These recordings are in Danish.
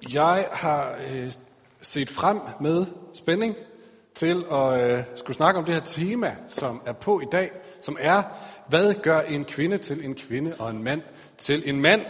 Jeg har set frem med spænding til at skulle snakke om det her tema, som er på i dag, som er, hvad gør en kvinde til en kvinde og en mand til en mand?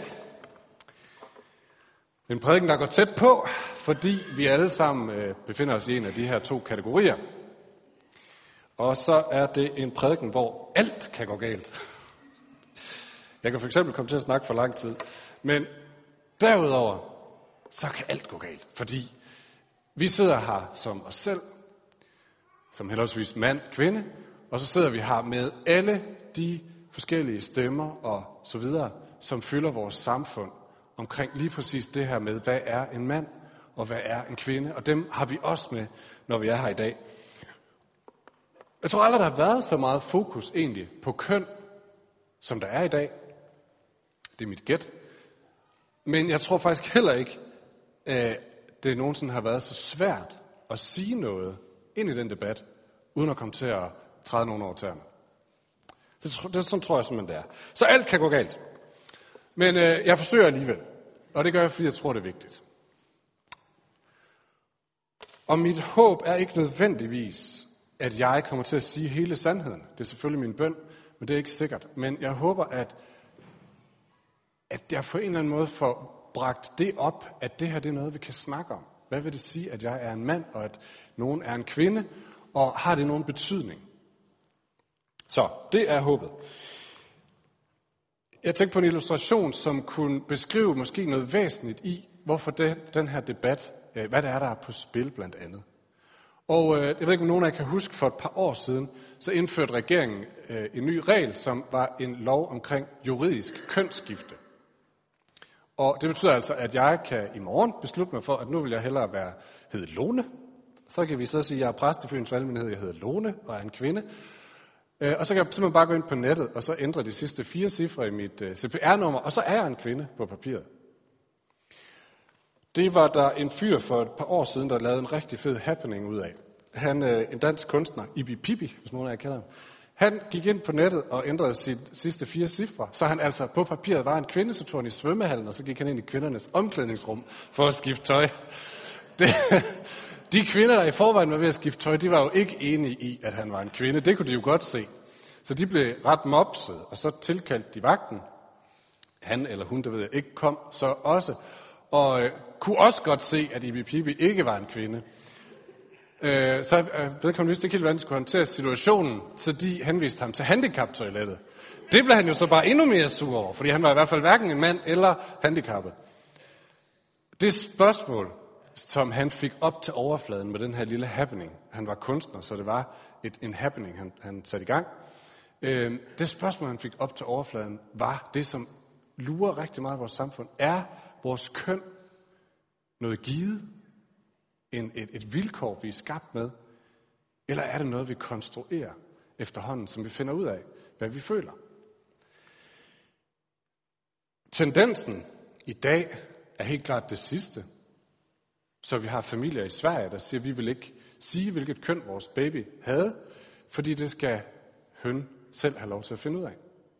En prædiken, der går tæt på, fordi vi alle sammen befinder os i en af de her to kategorier. Og så er det en prædiken, hvor alt kan gå galt. Jeg kan for eksempel komme til at snakke for lang tid, men derudover, så kan alt gå galt, fordi vi sidder her som os selv, som henholdsvis mand, kvinde, og så sidder vi her med alle de forskellige stemmer og så videre, som fylder vores samfund omkring lige præcis det her med, hvad er en mand og hvad er en kvinde, og dem har vi også med, når vi er her i dag. Jeg tror aldrig, der har været så meget fokus egentlig på køn, som der er i dag. Det er mit gæt. Men jeg tror faktisk heller ikke, at det nogensinde har været så svært at sige noget ind i den debat, uden at komme til at træde nogen over tæerne. Sådan tror jeg simpelthen, det er. Så alt kan gå galt. Men jeg forsøger alligevel. Og det gør jeg, fordi jeg tror, det er vigtigt. Og mit håb er ikke nødvendigvis, at jeg kommer til at sige hele sandheden. Det er selvfølgelig min bøn, men det er ikke sikkert. Men jeg håber, at jeg på en eller anden måde får bragt det op, at det her det er noget, vi kan snakke om. Hvad vil det sige, at jeg er en mand, og at nogen er en kvinde, og har det nogen betydning? Så, det er håbet. Jeg tænkte på en illustration, som kunne beskrive måske noget væsentligt i, hvorfor den her debat, hvad det er, der er på spil blandt andet. Og jeg ved ikke, om nogen af jer kan huske, for et par år siden, så indførte regeringen en ny regel, som var en lov omkring juridisk kønsskifte. Og det betyder altså, at jeg kan i morgen beslutte mig for, at nu vil jeg hellere hedde Lone. Så kan vi så sige, at jeg er præst i Fyns Valgmenighed, jeg hedder Lone og er en kvinde. Og så kan jeg simpelthen bare gå ind på nettet, og så ændre de sidste 4 cifre i mit CPR-nummer, og så er jeg en kvinde på papiret. Det var der en fyr for et par år siden, der lavede en rigtig fed happening ud af. Han en dansk kunstner, Ibi Pippi, hvis nogen af jer kender ham. Han gik ind på nettet og ændrede sine sidste 4 cifre, så han altså på papiret var en kvinde, så tog han i svømmehallen, og så gik han ind i kvindernes omklædningsrum for at skifte tøj. De kvinder, der i forvejen var ved at skifte tøj, de var jo ikke enige i, at han var en kvinde. Det kunne de jo godt se. Så de blev ret mopset, og så tilkaldte de vagten. Han eller hun, der ved jeg ikke, kom så også, og kunne også godt se, at Ibi Pippi ikke var en kvinde. Så vedkommende vidste ikke helt, hvordan de skulle håndtere situationen, så de henviste ham til handicaptoilettet. Det blev han jo så bare endnu mere sur over, fordi han var i hvert fald hverken en mand eller handicappet. Det spørgsmål, som han fik op til overfladen med den her lille happening, han var kunstner, så det var en happening, han satte i gang. Det spørgsmål, han fik op til overfladen, var det, som lurer rigtig meget i vores samfund. Er vores køn noget givet? Et vilkår, vi er skabt med? Eller er det noget, vi konstruerer efterhånden, som vi finder ud af, hvad vi føler? Tendensen i dag er helt klart det sidste. Så vi har familier i Sverige, der siger, at vi vil ikke sige, hvilket køn vores baby havde, fordi det skal høn selv have lov til at finde ud af.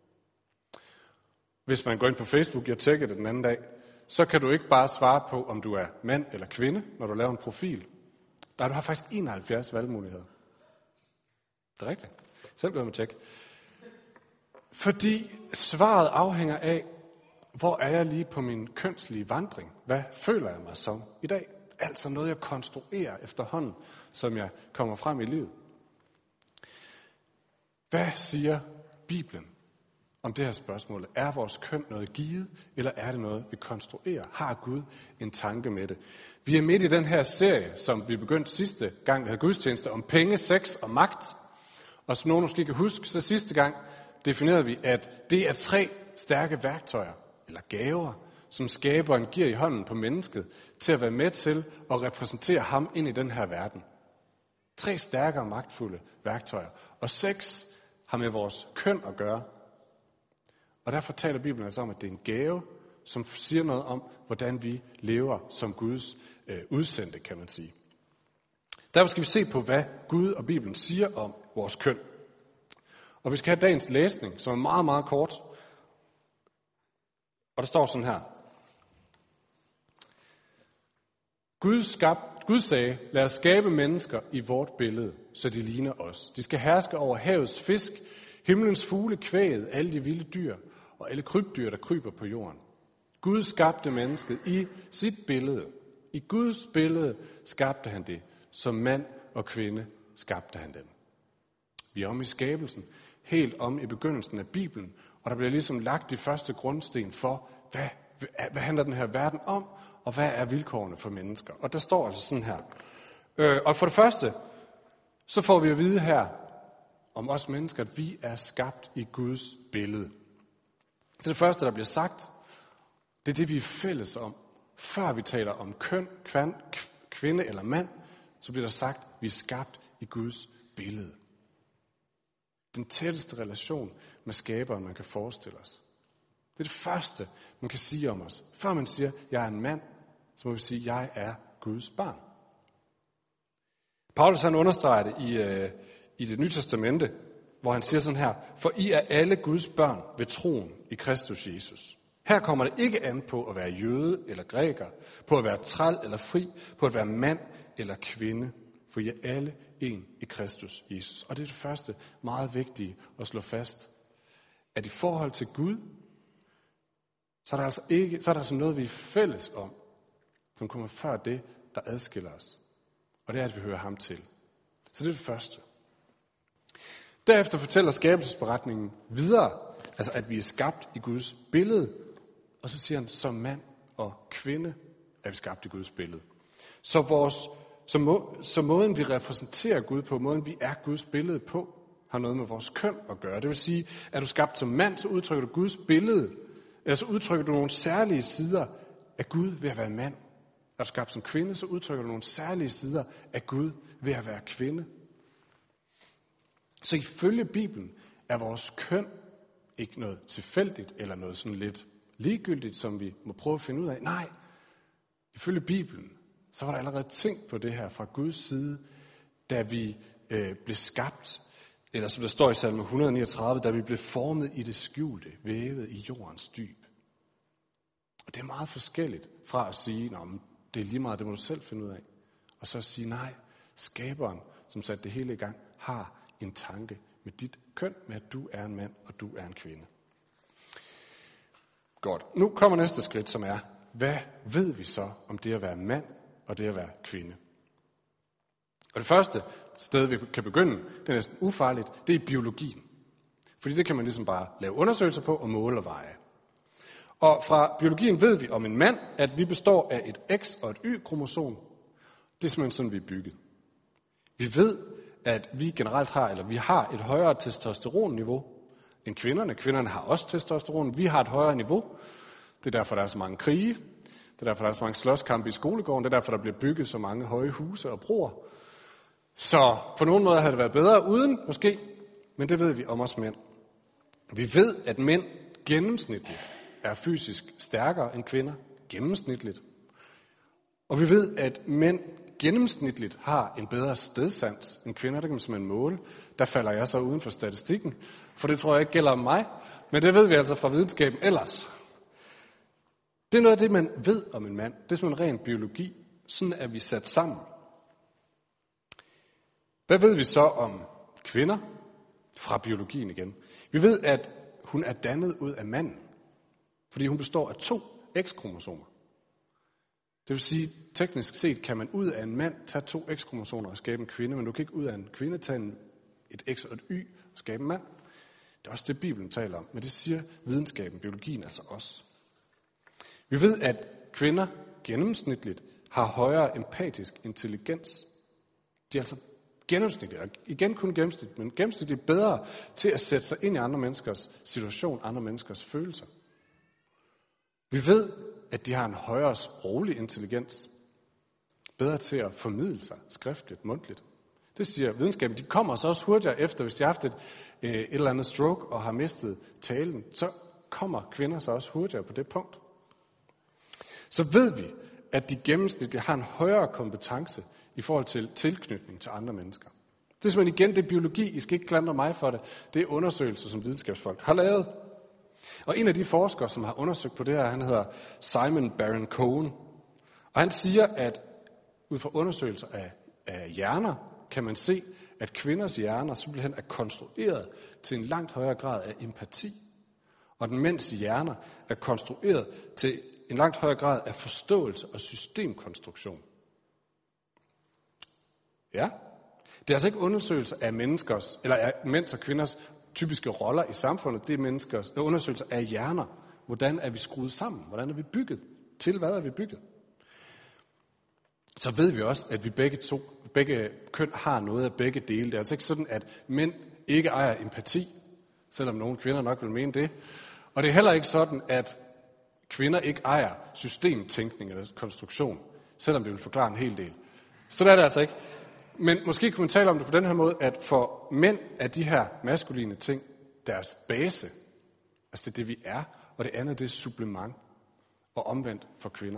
Hvis man går ind på Facebook, jeg tjekkede det den anden dag, så kan du ikke bare svare på, om du er mand eller kvinde, når du laver en profil. Nej, du har faktisk 71 valgmuligheder. Det er rigtigt. Selv gør man tjekke. Fordi svaret afhænger af, hvor er jeg lige på min kønslige vandring? Hvad føler jeg mig som i dag? Altså noget, jeg konstruerer efterhånden, som jeg kommer frem i livet. Hvad siger Bibelen om det her spørgsmål? Er vores køn noget givet, eller er det noget, vi konstruerer? Har Gud en tanke med det? Vi er midt i den her serie, som vi begyndte sidste gang, vi havde gudstjeneste, om penge, sex og magt. Og som nogen måske kan huske, så sidste gang definerede vi, at det er 3 stærke værktøjer, eller gaver, som skaberen giver i hånden på mennesket, til at være med til at repræsentere ham ind i den her verden. 3 stærke og magtfulde værktøjer. Og sex har med vores køn at gøre. Og derfor taler Bibelen altså om, at det er en gave, som siger noget om, hvordan vi lever som Guds udsendte, kan man sige. Derfor skal vi se på, hvad Gud og Bibelen siger om vores køn. Og vi skal have dagens læsning, som er meget, meget kort. Og der står sådan her. Gud sagde, lad os skabe mennesker i vort billede, så de ligner os. De skal herske over havets fisk, himlens fugle, kvæget, alle de vilde dyr og alle krybdyr, der kryber på jorden. Gud skabte mennesket i sit billede. I Guds billede skabte han det. Som mand og kvinde skabte han dem. Vi er om i skabelsen, helt om i begyndelsen af Bibelen, og der bliver ligesom lagt de første grundsten for, hvad handler den her verden om, og hvad er vilkårene for mennesker. Og der står altså sådan her. Og for det første, så får vi at vide her om os mennesker, at vi er skabt i Guds billede. Det er det første, der bliver sagt. Det er det, vi er fælles om. Før vi taler om køn, kvinde eller mand, så bliver der sagt, at vi er skabt i Guds billede. Den tætteste relation med skaberen, man kan forestille os. Det er det første, man kan sige om os. Før man siger, at jeg er en mand, så må vi sige, at jeg er Guds barn. Paulus han understreger det i det nye testamente, hvor han siger sådan her, for I er alle Guds børn ved troen i Kristus Jesus. Her kommer det ikke an på at være jøde eller græker, på at være træl eller fri, på at være mand eller kvinde, for I er alle en i Kristus Jesus. Og det er det første meget vigtige at slå fast, at i forhold til Gud, så er der altså noget, vi er fælles om, som kommer før det, der adskiller os. Og det er, at vi hører ham til. Så det er det første. Derefter fortæller skabelsesberetningen videre, altså at vi er skabt i Guds billede, og så siger han, som mand og kvinde er vi skabt i Guds billede. Så måden vi repræsenterer Gud på, måden vi er Guds billede på, har noget med vores køn at gøre. Det vil sige, at du skabt som mand, så udtrykker du Guds billede, eller så udtrykker du nogle særlige sider af Gud ved at være mand. Er du skabt som kvinde, så udtrykker du nogle særlige sider af Gud ved at være kvinde. Så ifølge Bibelen er vores køn ikke noget tilfældigt, eller noget sådan lidt ligegyldigt, som vi må prøve at finde ud af. Nej, ifølge Bibelen, så var der allerede tænkt på det her fra Guds side, da vi blev skabt, eller som der står i salme 139, da vi blev formet i det skjulte, vævet i jordens dyb. Og det er meget forskelligt fra at sige, det er lige meget, det må du selv finde ud af. Og så at sige, nej, skaberen, som satte det hele i gang, har en tanke med dit køn, med at du er en mand, og du er en kvinde. Godt. Nu kommer næste skridt, som er, hvad ved vi så om det at være mand og det at være kvinde? Og det første sted, vi kan begynde, det er næsten ufarligt, det er biologien. Fordi det kan man ligesom bare lave undersøgelser på og måle og veje. Og fra biologien ved vi om en mand, at vi består af et X og et Y-kromosom. Det er simpelthen sådan, vi er bygget. Vi ved, at vi generelt har et højere testosteronniveau end kvinderne. Kvinderne har også testosteron. Vi har et højere niveau. Det er derfor, der er så mange krige. Det er derfor, der er så mange slåskampe i skolegården. Det er derfor, der bliver bygget så mange høje huse og broer. Så på nogen måde havde det været bedre uden, måske. Men det ved vi om os mænd. Vi ved, at mænd gennemsnitligt er fysisk stærkere end kvinder. Gennemsnitligt. Og vi ved, at mænd gennemsnitligt har en bedre stedsans end kvinder. Det kan man simpelthen måle. Der falder jeg så uden for statistikken, for det tror jeg ikke gælder om mig. Men det ved vi altså fra videnskaben ellers. Det er noget af det, man ved om en mand. Det er simpelthen ren biologi. Sådan er vi sat sammen. Hvad ved vi så om kvinder? Fra biologien igen. Vi ved, at hun er dannet ud af manden, fordi hun består af 2 X-kromosomer. Det vil sige, teknisk set kan man ud af en mand tage 2 X-kromosomer og skabe en kvinde, men du kan ikke ud af en kvinde tage et X og et Y og skabe en mand. Det er også det, Bibelen taler om, men det siger videnskaben, biologien altså også. Vi ved, at kvinder gennemsnitligt har højere empatisk intelligens. De er altså gennemsnitligt, og igen kun gennemsnitligt, men gennemsnitligt bedre til at sætte sig ind i andre menneskers situation, andre menneskers følelser. Vi ved, at de har en højere sproglig intelligens, bedre til at formidle sig skriftligt, mundtligt. Det siger videnskaben. De kommer så også hurtigere efter, hvis de har haft et eller andet stroke og har mistet talen, så kommer kvinder så også hurtigere på det punkt. Så ved vi, at de gennemsnitligt har en højere kompetence i forhold til tilknytning til andre mennesker. Det er simpelthen igen, det er biologi. I skal ikke klandre mig for det. Det er undersøgelser, som videnskabsfolk har lavet. Og en af de forskere, som har undersøgt på det her, han hedder Simon Baron-Cohen. Og han siger, at ud fra undersøgelser af hjerner, kan man se, at kvinders hjerner simpelthen er konstrueret til en langt højere grad af empati, og den mænds hjerner er konstrueret til en langt højere grad af forståelse og systemkonstruktion. Ja, det er altså ikke undersøgelser af menneskers, eller af mænds og kvinders typiske roller i samfundet, det er undersøgelser af hjerner. Hvordan er vi skruet sammen? Hvordan er vi bygget? Til hvad er vi bygget? Så ved vi også, at vi begge køn har noget af begge dele. Det er altså ikke sådan, at mænd ikke ejer empati, selvom nogle kvinder nok vil mene det. Og det er heller ikke sådan, at kvinder ikke ejer systemtænkning eller konstruktion, selvom det vil forklare en hel del. Så er det altså ikke. Men måske kunne man tale om det på den her måde, at for mænd er de her maskuline ting deres base. Altså det er det, vi er, og det andet det er supplement og omvendt for kvinder.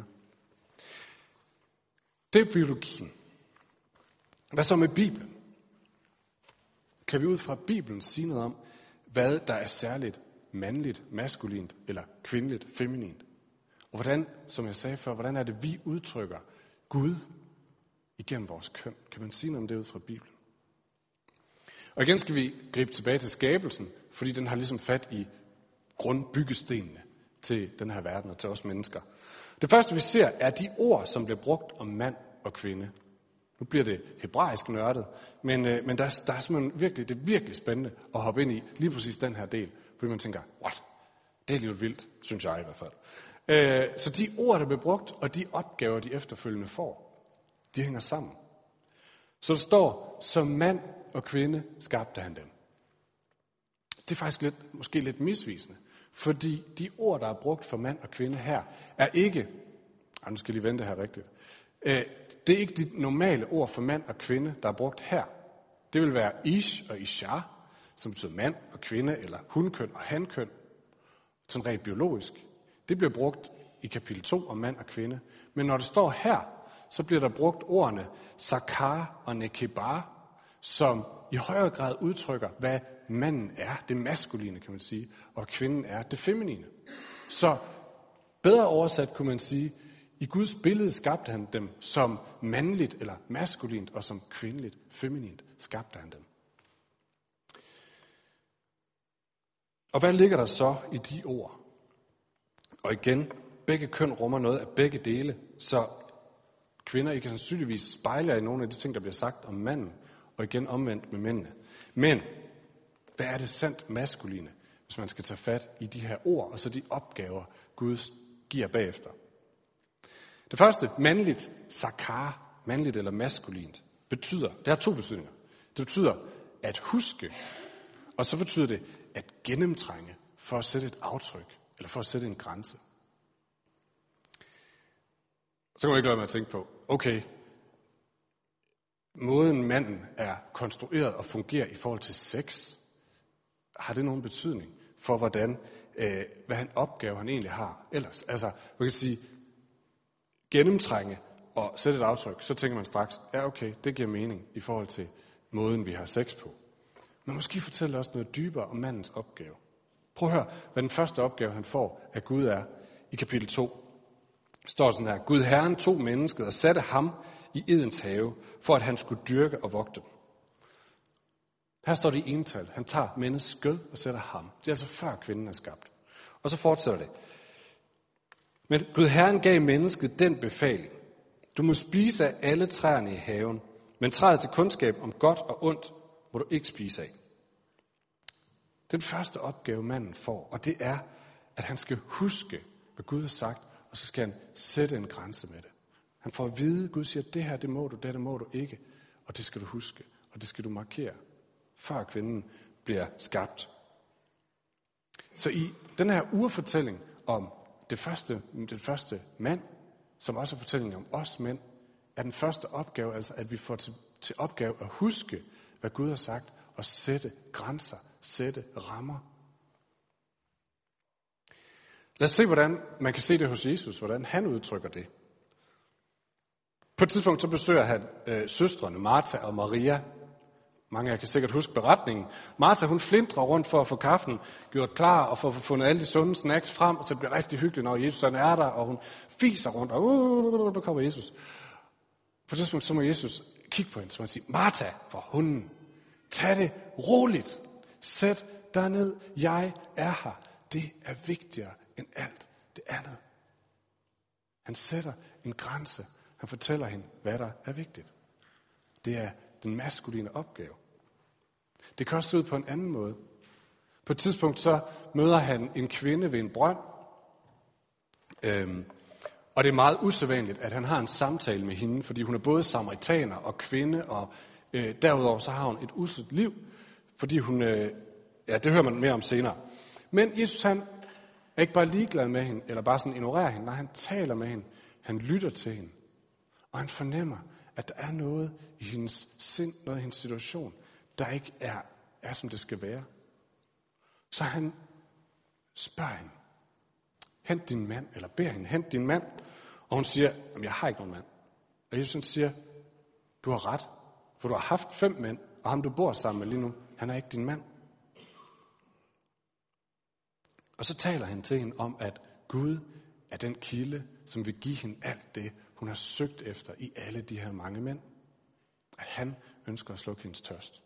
Det er biologien. Hvad så med Bibelen? Kan vi ud fra Bibelen sige noget om, hvad der er særligt mandligt, maskulint eller kvindeligt, feminint? Og hvordan, som jeg sagde før, hvordan er det, vi udtrykker Gud igennem vores køn? Kan man sige noget om det ud fra Bibelen? Og igen skal vi gribe tilbage til skabelsen, fordi den har ligesom fat i grundbyggestenene til den her verden og til os mennesker. Det første, vi ser, er de ord, som bliver brugt om mand og kvinde. Nu bliver det hebraisk nørdet, men der er simpelthen virkelig, det er virkelig spændende at hoppe ind i lige præcis den her del, fordi man tænker, what? Det er lidt vildt, synes jeg i hvert fald. Så de ord, der bliver brugt, og de opgaver, de efterfølgende får, de hænger sammen. Så der står, som mand og kvinde skabte han dem. Det er faktisk måske lidt misvisende, fordi de ord, der er brugt for mand og kvinde her, er ikke, nu skal jeg lige vente her rigtigt, det er ikke de normale ord for mand og kvinde, der er brugt her. Det vil være ish og isha, som betyder mand og kvinde, eller hunkøn og hankøn, sådan rent biologisk. Det bliver brugt i kapitel 2 om mand og kvinde. Men når det står her, så bliver der brugt ordene sakar og nekebar, som i højere grad udtrykker, hvad manden er, det maskuline kan man sige, og kvinden er det feminine. Så bedre oversat kunne man sige, i Guds billede skabte han dem som mandligt eller maskulint, og som kvindeligt, feminint skabte han dem. Og hvad ligger der så i de ord? Og igen, begge køn rummer noget af begge dele, så kvinder ikke sandsynligvis spejler i nogle af de ting, der bliver sagt om manden, og igen omvendt med mændene. Men hvad er det sandt maskuline, hvis man skal tage fat i de her ord, og så de opgaver, Gud giver bagefter? Det første, mandligt, sakar, mandligt eller maskulint, betyder, det har to betydninger. Det betyder at huske, og så betyder det at gennemtrænge for at sætte et aftryk, eller for at sætte en grænse. Så kan man ikke lade med at tænke på, okay, måden manden er konstrueret og fungerer i forhold til sex, har det nogen betydning for, hvad han opgave han egentlig har ellers? Altså, man kan sige, gennemtrænge og sætte et aftryk, så tænker man straks, ja okay, det giver mening i forhold til måden, vi har sex på. Men måske fortæller også noget dybere om mandens opgave. Prøv at høre, hvad den første opgave, han får af Gud er i kapitel 2. Det står sådan her, Gud Herren tog mennesket og satte ham i Edens have, for at han skulle dyrke og vogte dem. Her står det i ental. Han tager menneskets skød og sætter ham. Det er altså før kvinden er skabt. Og så fortsætter det. Men Gud Herren gav mennesket den befaling. Du må spise af alle træerne i haven, men træet til kundskab om godt og ondt må du ikke spise af. Den første opgave manden får, og det er, at han skal huske, hvad Gud har sagt, og så skal han sætte en grænse med det. Han får at vide, at Gud siger, det her det må du, det må du ikke, og det skal du huske, og det skal du markere, før kvinden bliver skabt. Så i den her urfortælling om den første mand, som også er fortællingen om os mænd, er den første opgave, altså at vi får til opgave at huske, hvad Gud har sagt, og sætte grænser, sætte rammer. Lad os se, hvordan man kan se det hos Jesus, hvordan han udtrykker det. På et tidspunkt så besøger han søstrene Martha og Maria. Mange af jer kan sikkert huske beretningen. Martha, hun flintrer rundt for at få kaffen gjort klar, og for at få fundet alle de sunde snacks frem, og så det bliver rigtig hyggeligt, når Jesus er der, og hun fiser rundt, og nu kommer Jesus. På det tidspunkt så må Jesus kigge på hende, så må han sige, Martha, for hunden, tag det roligt. Sæt dig ned, jeg er her. Det er vigtigere end alt det andet. Han sætter en grænse. Han fortæller hende, hvad der er vigtigt. Det er den maskuline opgave. Det kan også se ud på en anden måde. På et tidspunkt så møder han en kvinde ved en brønd. Og det er meget usædvanligt, at han har en samtale med hende, fordi hun er både samaritaner og kvinde, og derudover så har hun et usselt liv, fordi hun, det hører man mere om senere. Men Jesus han er ikke bare ligeglad med hende, eller bare sådan ignorerer hende, nej, han taler med hende, han lytter til hende, og han fornemmer, at der er noget i hendes sind, noget i hendes situation, der ikke er som det skal være. Så han spørger hende, hent din mand, eller beder hende, hent din mand. Og hun siger, jamen jeg har ikke nogen mand. Og Jesus siger, du har ret, for du har haft 5 mænd, og ham du bor sammen med lige nu, han er ikke din mand. Og så taler han til hende om, at Gud er den kilde, som vil give hende alt det, hun har søgt efter i alle de her mange mænd. At han ønsker at slukke hendes tørst.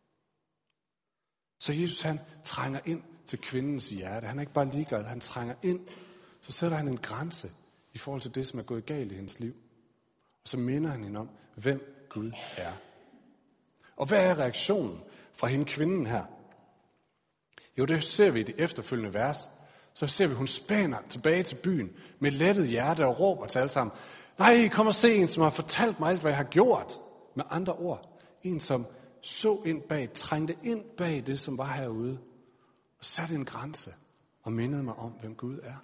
Så Jesus han trænger ind til kvindens hjerte. Han er ikke bare ligeglad, han trænger ind. Så sætter han en grænse i forhold til det, som er gået galt i hendes liv. Og så minder han hende om, hvem Gud er. Og hvad er reaktionen fra hende kvinden her? Jo, det ser vi i det efterfølgende vers. Så ser vi, hun spænder tilbage til byen med lettet hjerte og råber til alle sammen. Nej, kom og se en, som har fortalt mig alt, hvad jeg har gjort. Med andre ord, en som så ind bag, trængte ind bag det, som var herude. Og satte en grænse og mindede mig om, hvem Gud er.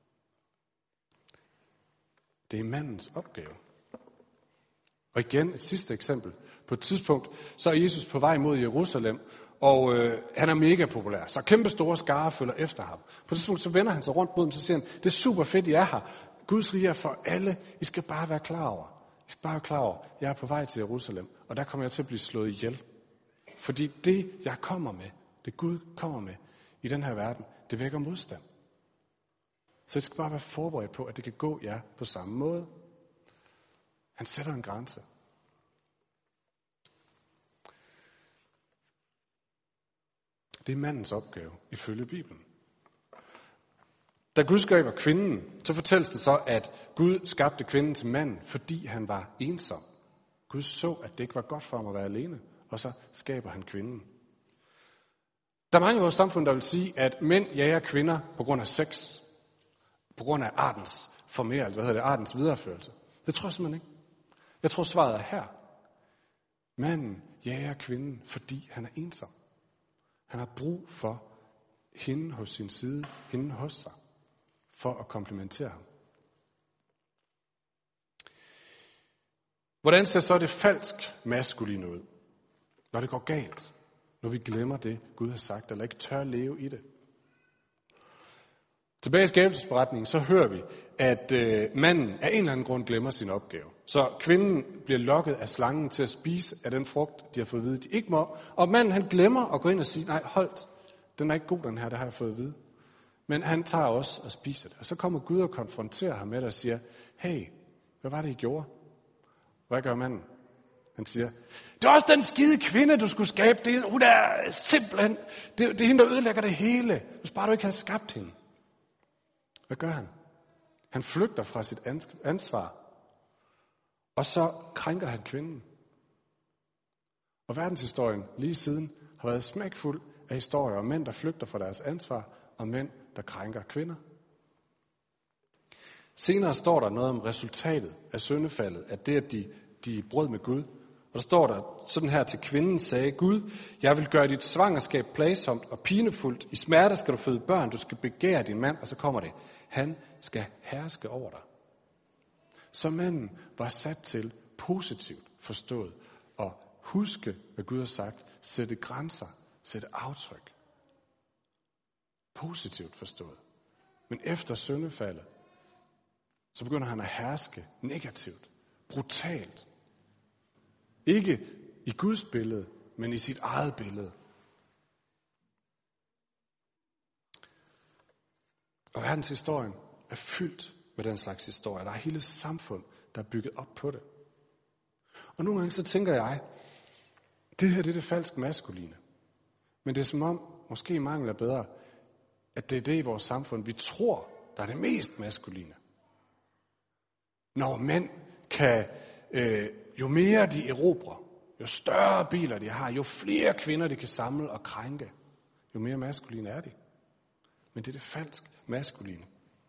Det er mandens opgave. Og igen et sidste eksempel. På et tidspunkt, så er Jesus på vej mod Jerusalem, og han er mega populær. Så kæmpe store skarer følger efter ham. På et tidspunkt, så vender han sig rundt mod dem, så siger han, det er super fedt, I er her. Guds rige er for alle. I skal bare være klar over. I skal bare være klar over, jeg er på vej til Jerusalem, og der kommer jeg til at blive slået ihjel. Fordi det, jeg kommer med, det Gud kommer med i den her verden, det vækker modstand. Så I skal bare være forberedt på, at det kan gå jer på samme måde. Han sætter en grænse. Det er mandens opgave, ifølge Bibelen. Da Gud skaber kvinden, så fortælles det så, at Gud skabte kvinden til manden, fordi han var ensom. Gud så, at det ikke var godt for ham at være alene, og så skaber han kvinden. Der er mange i vores samfund, der vil sige, at mænd jager kvinder på grund af sex, på grund af artens artens videreførelse. Det tror jeg simpelthen ikke. Jeg tror, svaret er her. Manden jager kvinden, fordi han er ensom. Han har brug for hende hos sin side, hende hos sig, for at komplementere ham. Hvordan ser så det falsk maskuline ud, når det går galt? Når vi glemmer det, Gud har sagt, eller ikke tør leve i det? Tilbage i skabelsesberetningen, så hører vi, at manden af en eller anden grund glemmer sin opgave. Så kvinden bliver lokket af slangen til at spise af den frugt, de har fået at vide, de ikke må. Og manden han glemmer at gå ind og sige, nej, holdt, den er ikke god, den her, det har jeg fået at vide. Men han tager også og spiser det. Og så kommer Gud og konfronterer ham med det og siger, hey, hvad var det, I gjorde? Hvad gør manden? Han siger, det er også den skide kvinde, du skulle skabe. Hun er simpelthen, det er hende, der ødelægger det hele. Hvis bare du ikke havde skabt hende. Hvad gør han? Han flygter fra sit ansvar. Og så krænker han kvinden. Og verdenshistorien lige siden har været smækfuld af historier om mænd, der flygter fra deres ansvar, og mænd, der krænker kvinder. Senere står der noget om resultatet af syndefaldet, at det, at de brød med Gud. Og der står der sådan her til kvinden, sagde Gud, jeg vil gøre dit svangerskab plagsomt og pinefuldt. I smerte skal du føde børn, du skal begære din mand, og så kommer det. Han skal herske over dig. Så manden var sat til positivt forstået at huske, hvad Gud har sagt, sætte grænser, sætte aftryk. Positivt forstået. Men efter syndefaldet, så begynder han at herske negativt, brutalt. Ikke i Guds billede, men i sit eget billede. Og verdenshistorien er fyldt med den slags historier. Der er hele samfund, der er bygget op på det. Og nogle gange så tænker jeg, det her det er det falsk maskuline. Men det er som om, måske mangler bedre, at det er det i vores samfund, vi tror, der er det mest maskuline. Når mænd kan, jo mere de erobrer, jo større biler de har, jo flere kvinder de kan samle og krænke, jo mere maskuline er de. Men det er det falsk maskuline.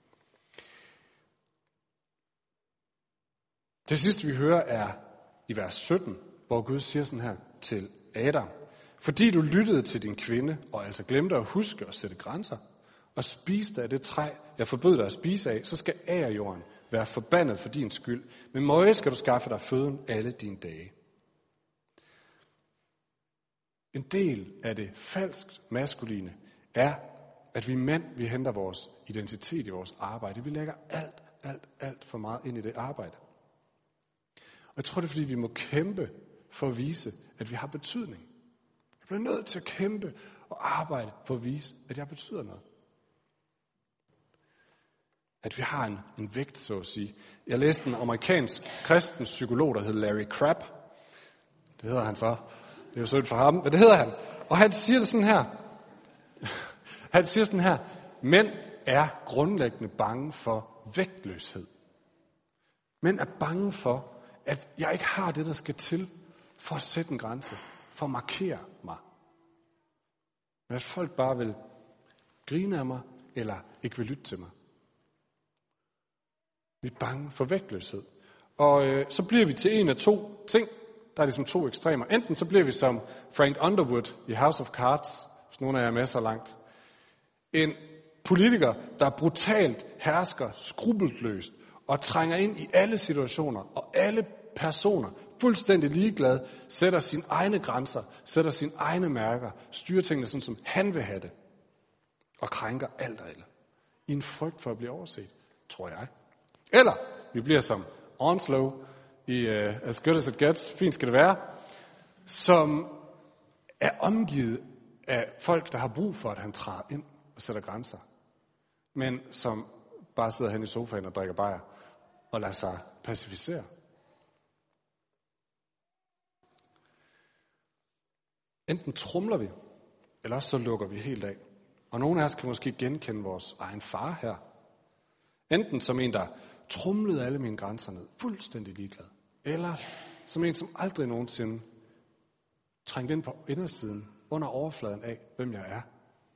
Det sidste vi hører er i vers 17, hvor Gud siger sådan her til Adam. Fordi du lyttede til din kvinde, og altså glemte at huske at sætte grænser, og spiste af det træ, jeg forbød dig at spise af, så skal agerjorden være forbandet for din skyld. Med møje skal du skaffe dig føden alle dine dage. En del af det falsk maskuline er, at vi mænd, vi henter vores identitet i vores arbejde. Vi lægger alt for meget ind i det arbejde. Og jeg tror, det er, fordi vi må kæmpe for at vise, at vi har betydning. Jeg bliver nødt til at kæmpe og arbejde for at vise, at jeg betyder noget. At vi har en vægt, så at sige. Jeg læste en amerikansk kristen psykolog, der hed Larry Crabb. Det hedder han så. Det er jo sødt for ham, men det hedder han. Og han siger det sådan her. Han siger sådan her. Mænd er grundlæggende bange for vægtløshed. Mænd er bange for, at jeg ikke har det, der skal til for at sætte en grænse, for at markere mig. Men at folk bare vil grine af mig, eller ikke vil lytte til mig. Vi er bange for vægtløshed. Og så bliver vi til en af to ting. Der er ligesom to ekstremer. Enten så bliver vi som Frank Underwood i House of Cards, hvis nogen af jer er med så langt. En politiker, der brutalt hersker skrupelløst og trænger ind i alle situationer og alle personer, fuldstændig ligeglad, sætter sine egne grænser, sætter sine egne mærker, styrer tingene sådan, som han vil have det, og krænker alt og alle. I en frygt for at blive overset, tror jeg. Eller vi bliver som Onslow i As Good As It Gets, fint skal det være, som er omgivet af folk, der har brug for, at han træder ind og sætter grænser, men som bare sidder hen i sofaen og drikker bajer og lader sig pacificere. Enten trumler vi, eller også så lukker vi helt af. Og nogle af os kan måske genkende vores egen far her. Enten som en, der trumlede alle mine grænser ned, fuldstændig ligeglad. Eller som en, som aldrig nogensinde trængte ind på indersiden, under overfladen af, hvem jeg er.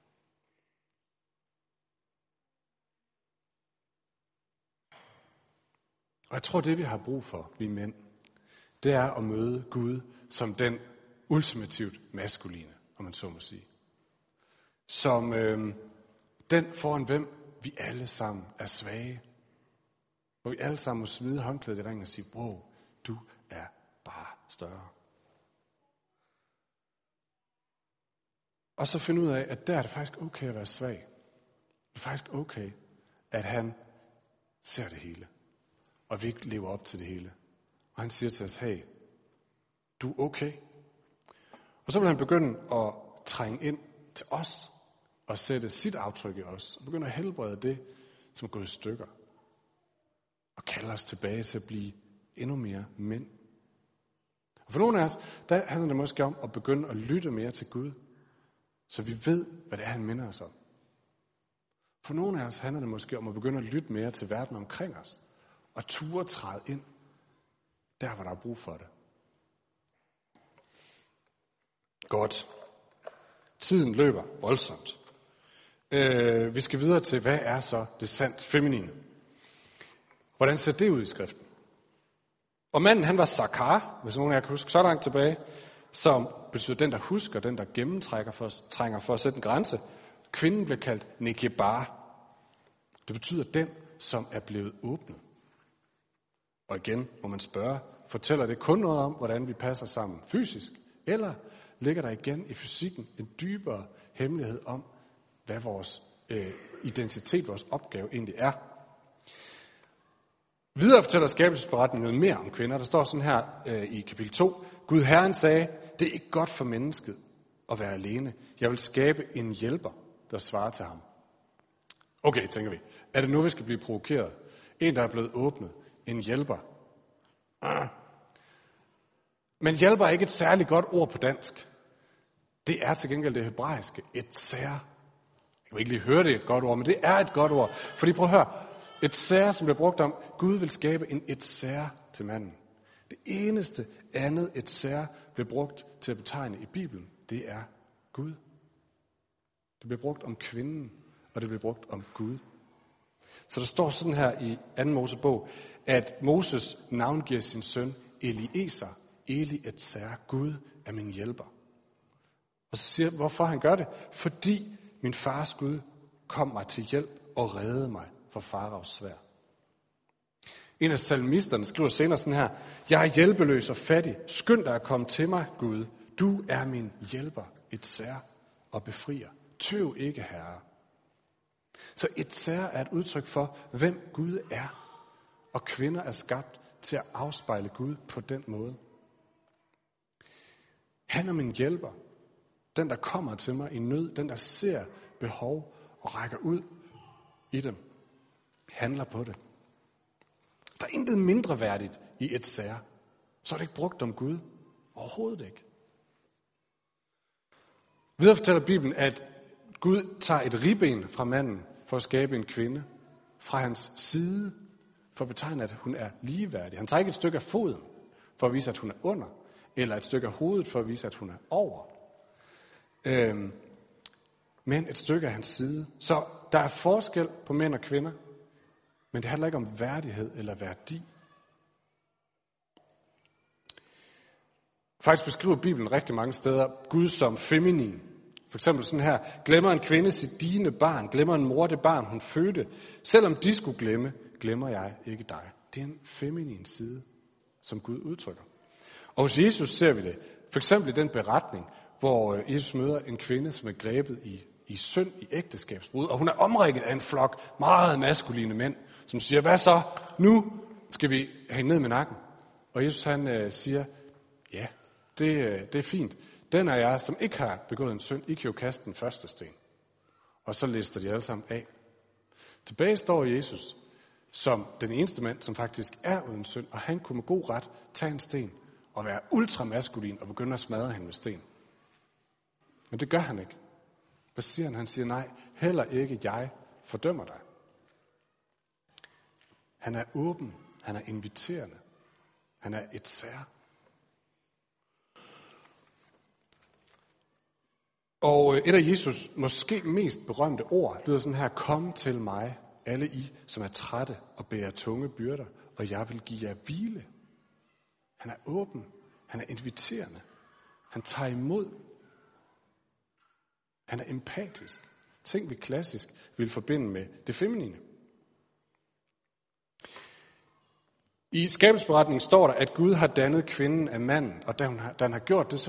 Og jeg tror, det vi har brug for, vi mænd, det er at møde Gud som den ultimativt maskuline, om man så må sige. Som den foran hvem vi alle sammen er svage. Hvor vi alle sammen må smide håndklædet i ringen og sige, wow, du er bare større. Og så finde ud af, at der er det faktisk okay at være svag. Det er faktisk okay, at han ser det hele. Og vi ikke lever op til det hele. Og han siger til os, hey, du er okay. Og så vil han begynde at trænge ind til os, og sætte sit aftryk i os, og begynde at helbrede det, som er gået i stykker. Og kalde os tilbage til at blive endnu mere mænd. Og for nogle af os, der handler det måske om at begynde at lytte mere til Gud, så vi ved, hvad det er, han minder os om. For nogle af os handler det måske om at begynde at lytte mere til verden omkring os, og ture træde ind, der hvor der er brug for det. Godt. Tiden løber voldsomt. Vi skal videre til, hvad er så det sandt feminine? Hvordan ser det ud i skriften? Og manden, han var Sakar, hvis nogen af jer kan huske, så langt tilbage, som betyder den, der husker, den, der gennemtrænger for at sætte en grænse. Kvinden blev kaldt Nekebar. Det betyder den, som er blevet åbnet. Og igen må man spørge, fortæller det kun noget om, hvordan vi passer sammen fysisk, eller ligger der igen i fysikken en dybere hemmelighed om, hvad vores identitet, vores opgave egentlig er? Videre fortæller skabelsesberetningen noget mere om kvinder. Der står sådan her i kapitel 2. Gud Herren sagde, det er ikke godt for mennesket at være alene. Jeg vil skabe en hjælper, der svarer til ham. Okay, tænker vi. Er det nu, vi skal blive provokeret? En, der er blevet åbnet. En hjælper. Men hjælper er ikke et særligt godt ord på dansk. Det er til gengæld det hebraiske, et sær. Jeg kan ikke lige høre det et godt ord, men det er et godt ord. Fordi prøv at høre, et sær, som bliver brugt om, Gud vil skabe et sær til manden. Det eneste andet et sær bliver brugt til at betegne i Bibelen, det er Gud. Det bliver brugt om kvinden, og det bliver brugt om Gud. Så der står sådan her i 2. Mosebog, at Moses navngiver sin søn Eliezer, Eli et sær, Gud er min hjælper. Og så siger han, hvorfor han gør det? Fordi min fars Gud kom mig til hjælp og reddede mig fra faraos sværd. En af salmisterne skriver senere sådan her, jeg er hjælpeløs og fattig, skynd dig at komme til mig, Gud. Du er min hjælper, et sær og befrier. Tøv ikke, Herre. Så et sær er et udtryk for, hvem Gud er. Og kvinder er skabt til at afspejle Gud på den måde. Han er min hjælper. Den, der kommer til mig i nød. Den, der ser behov og rækker ud i dem. Handler på det. Der er intet mindre værdigt i et sær. Så er det ikke brugt om Gud. Overhovedet ikke. Videre fortæller Bibelen, at Gud tager et ribben fra manden for at skabe en kvinde fra hans side, for at betegne, at hun er ligeværdig. Han tager ikke et stykke af foden for at vise, at hun er under, eller et stykke af hovedet for at vise, at hun er over. Men et stykke af hans side. Så der er forskel på mænd og kvinder, men det handler ikke om værdighed eller værdi. Faktisk beskriver Bibelen rigtig mange steder Gud som feminin. For eksempel sådan her, glemmer en kvinde sit diende barn, glemmer en mor det barn, hun fødte. Selvom de skulle glemme, glemmer jeg ikke dig. Det er en feminin side, som Gud udtrykker. Og hos Jesus ser vi det. For eksempel i den beretning, hvor Jesus møder en kvinde, som er grebet i synd, i ægteskabsbrud. Og hun er omringet af en flok meget maskuline mænd, som siger, hvad så? Nu skal vi hænge ned med nakken. Og Jesus han siger, ja, det er fint. Den af jer, som ikke har begået en synd, I kan jo kaste den første sten. Og så lister de alle sammen af. Tilbage står Jesus som den eneste mand, som faktisk er uden synd, og han kunne med god ret tage en sten og være ultramaskulin og begynde at smadre hende med sten. Men det gør han ikke. Hvad siger han? Han siger, nej, heller ikke jeg fordømmer dig. Han er åben, han er inviterende, han er et sær. Og et af Jesus måske mest berømte ord lyder sådan her, kom til mig, alle I, som er trætte og bærer tunge byrder, og jeg vil give jer hvile. Han er åben, han er inviterende, han tager imod. Han er empatisk. Ting vi klassisk vil forbinde med det feminine. I skabelsesberetningen står der, at Gud har dannet kvinden af manden, og da han har gjort det, så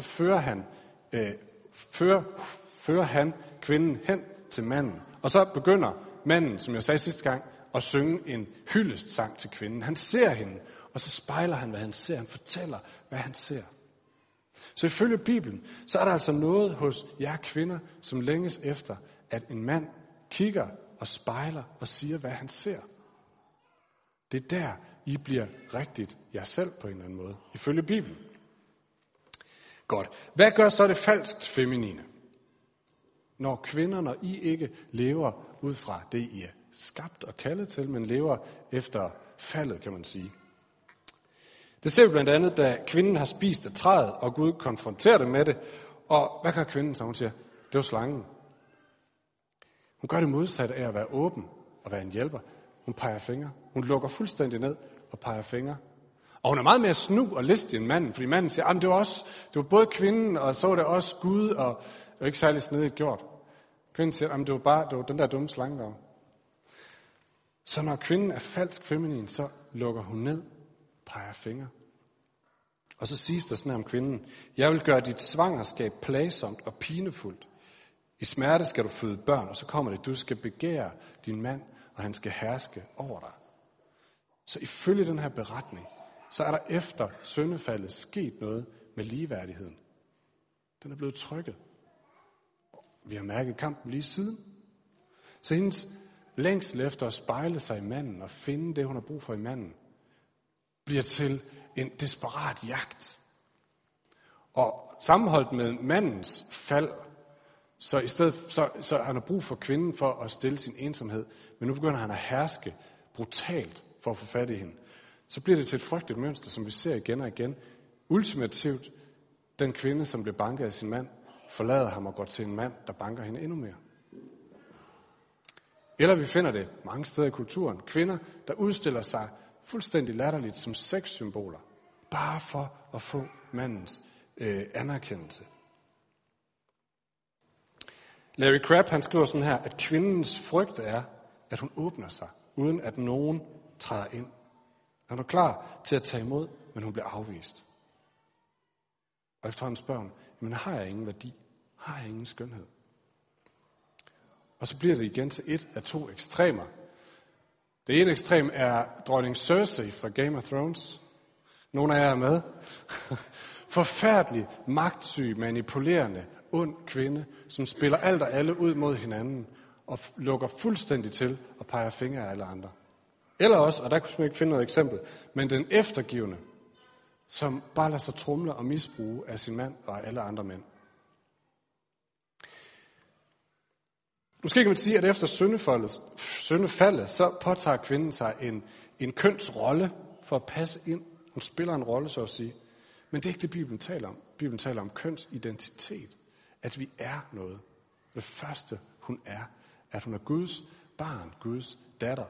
fører han kvinden hen til manden. Og så begynder manden, som jeg sagde sidste gang, at synge en hyldestsang til kvinden. Han ser hende, og så spejler han, hvad han ser. Han fortæller, hvad han ser. Så ifølge Bibelen, så er der altså noget hos jer kvinder, som længes efter, at en mand kigger og spejler og siger, hvad han ser. Det er der, I bliver rigtigt jer selv på en eller anden måde, ifølge Bibelen. Godt. Hvad gør så det falskt feminine? Når kvinder, når I ikke lever ud fra det, I er skabt og kaldet til, men lever efter faldet, kan man sige. Det ser vi blandt andet, da kvinden har spist af træet, og Gud konfronterer det med det. Og hvad gør kvinden så? Hun siger, det var slangen. Hun gør det modsatte af at være åben og være en hjælper. Hun peger fingre. Hun lukker fuldstændig ned og peger fingre. Og hun er meget mere snu og listig end manden, fordi manden siger, det var både kvinden, og så var det også Gud, og det var ikke særlig snedigt gjort. Kvinden siger, det var den der dumme slange der. Så når kvinden er falsk feminin, så lukker hun ned, peger fingre. Og så siges der sådan her om kvinden, jeg vil gøre dit svangerskab plagsomt og pinefuldt. I smerte skal du føde børn, og så kommer det, du skal begære din mand, og han skal herske over dig. Så ifølge den her beretning, så er der efter syndefaldet sket noget med ligeværdigheden. Den er blevet trykket. Vi har mærket kampen lige siden. Så hendes længsel efter at spejle sig i manden og finde det, hun har brug for i manden, bliver til en desperat jagt Og sammenholdt med mandens fald, så i stedet så han har brug for kvinden for at stille sin ensomhed, men nu begynder han at herske brutalt for at få fat i hende. Så bliver det til et frygteligt mønster, som vi ser igen og igen. Ultimativt, den kvinde, som bliver banket af sin mand, forlader ham og går til en mand, der banker hende endnu mere. Eller vi finder det mange steder i kulturen. Kvinder, der udstiller sig fuldstændig latterligt som sexsymboler, bare for at få mandens anerkendelse. Larry Crabb, han skriver sådan her, at kvindens frygt er, at hun åbner sig, uden at nogen træder ind. Han er klar til at tage imod, men hun bliver afvist. Og efterhånden spørger hun, jamen har jeg ingen værdi? Har jeg ingen skønhed? Og så bliver det igen til et af to ekstremer. Det ene ekstrem er dronning Cersei fra Game of Thrones. Nogle af jer er med. Forfærdelig, magtsyg, manipulerende, ond kvinde, som spiller alt og alle ud mod hinanden og lukker fuldstændig til og peger fingre af alle andre. Eller også, og der kunne jeg ikke finde noget eksempel, men den eftergivende, som bare lader sig tromle og misbruge af sin mand og alle andre mænd. Måske kan man sige, at efter syndefaldet, så påtager kvinden sig en kønsrolle for at passe ind. Hun spiller en rolle, så at sige. Men det er ikke det, Bibelen taler om. Bibelen taler om kønsidentitet. At vi er noget. Det første, hun er, at hun er Guds barn, Guds datter.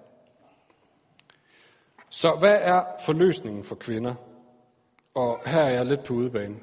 Så hvad er forløsningen for kvinder? Og her er jeg lidt på udebane.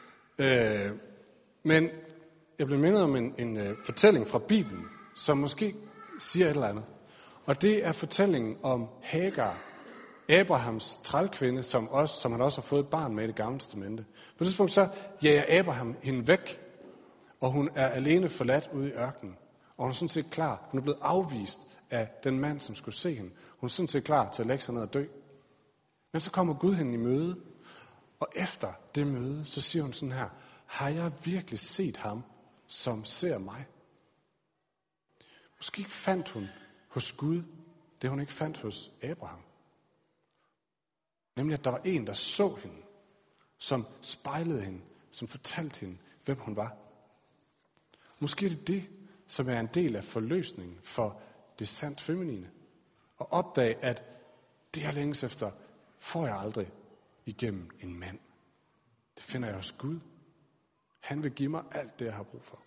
Men jeg blev mindet om en fortælling fra Bibelen, som måske siger et eller andet. Og det er fortællingen om Hagar, Abrahams trælkvinde, som han også har fået et barn med i Det Gamle Testamente. På det tidspunkt så jager Abraham hende væk, og hun er alene forladt ude i ørkenen. Og hun er sådan set klar. Hun er blevet afvist af den mand, som skulle se hende. Hun er sådan set klar til at lægge sig ned og dø. Men så kommer Gud hende i møde, og efter det møde, så siger hun sådan her, har jeg virkelig set ham, som ser mig? Måske fandt hun hos Gud det, hun ikke fandt hos Abraham. Nemlig, at der var en, der så hende, som spejlede hende, som fortalte hende, hvem hun var. Måske er det det, som er en del af forløsningen for det sandt feminine. Og opdage, at det jeg længes efter, får jeg aldrig igennem en mand. Det finder jeg hos Gud. Han vil give mig alt det, jeg har brug for.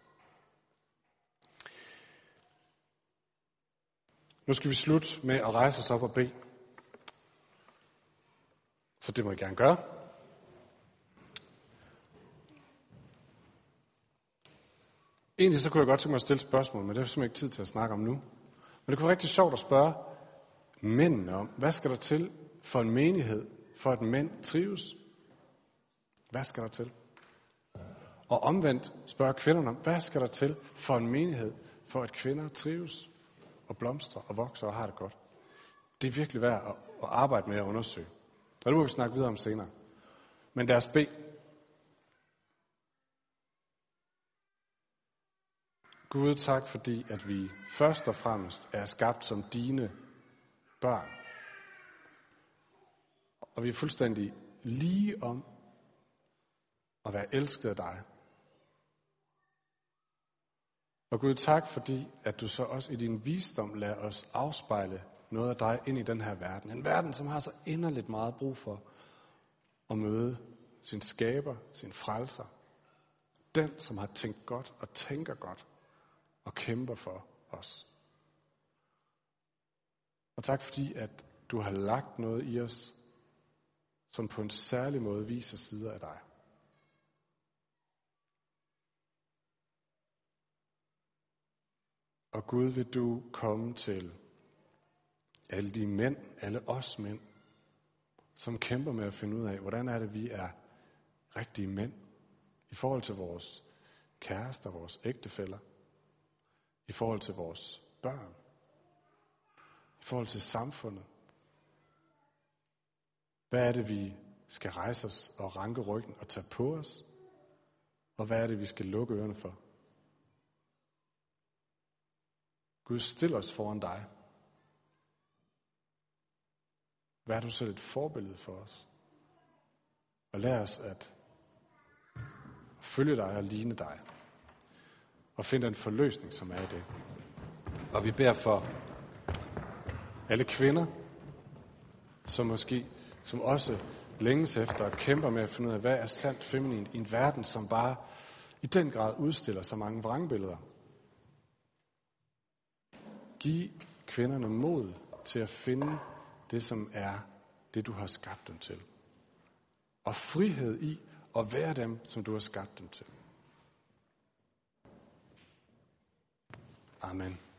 Nu skal vi slutte med at rejse os op og bede. Så det må I gerne gøre. Egentlig så kunne jeg godt tænke mig at stille spørgsmål, men det er simpelthen ikke tid til at snakke om nu. Men det kunne være rigtig sjovt at spørge mændene om, hvad skal der til for en menighed, for at mænd trives? Hvad skal der til? Og omvendt spørge kvinderne om, hvad skal der til for en menighed, for at kvinder trives og blomstrer og vokser og har det godt? Det er virkelig værd at arbejde med at undersøge. Og det må vi snakke videre om senere. Men lad os bede. Gud, tak fordi, at vi først og fremmest er skabt som dine børn. Og vi er fuldstændig lige om at være elsket af dig. Og Gud, tak fordi, at du så også i din visdom lader os afspejle noget af dig ind i den her verden. En verden, som har så inderligt meget brug for at møde sin skaber, sin frelser. Den, som har tænkt godt og tænker godt og kæmper for os. Og tak fordi, at du har lagt noget i os, som på en særlig måde viser sider af dig. Og Gud, vil du komme til alle de mænd, alle os mænd, som kæmper med at finde ud af, hvordan er det, vi er rigtige mænd i forhold til vores kærester, vores ægtefæller, i forhold til vores børn, i forhold til samfundet. Hvad er det, vi skal rejse os og ranke ryggen og tage på os? Og hvad er det, vi skal lukke ørerne for? Gud, stil os foran dig. Vær du selv et forbillede for os. Og lær os at følge dig og ligne dig. Og finde den forløsning, som er i det. Og vi beder for alle kvinder, som også længes efter og kæmper med at finde ud af, hvad er sandt feminint i en verden, som bare i den grad udstiller så mange vrangbilleder. Giv kvinderne mod til at finde det, som er det, du har skabt dem til. Og frihed i at være dem, som du har skabt dem til. Amen.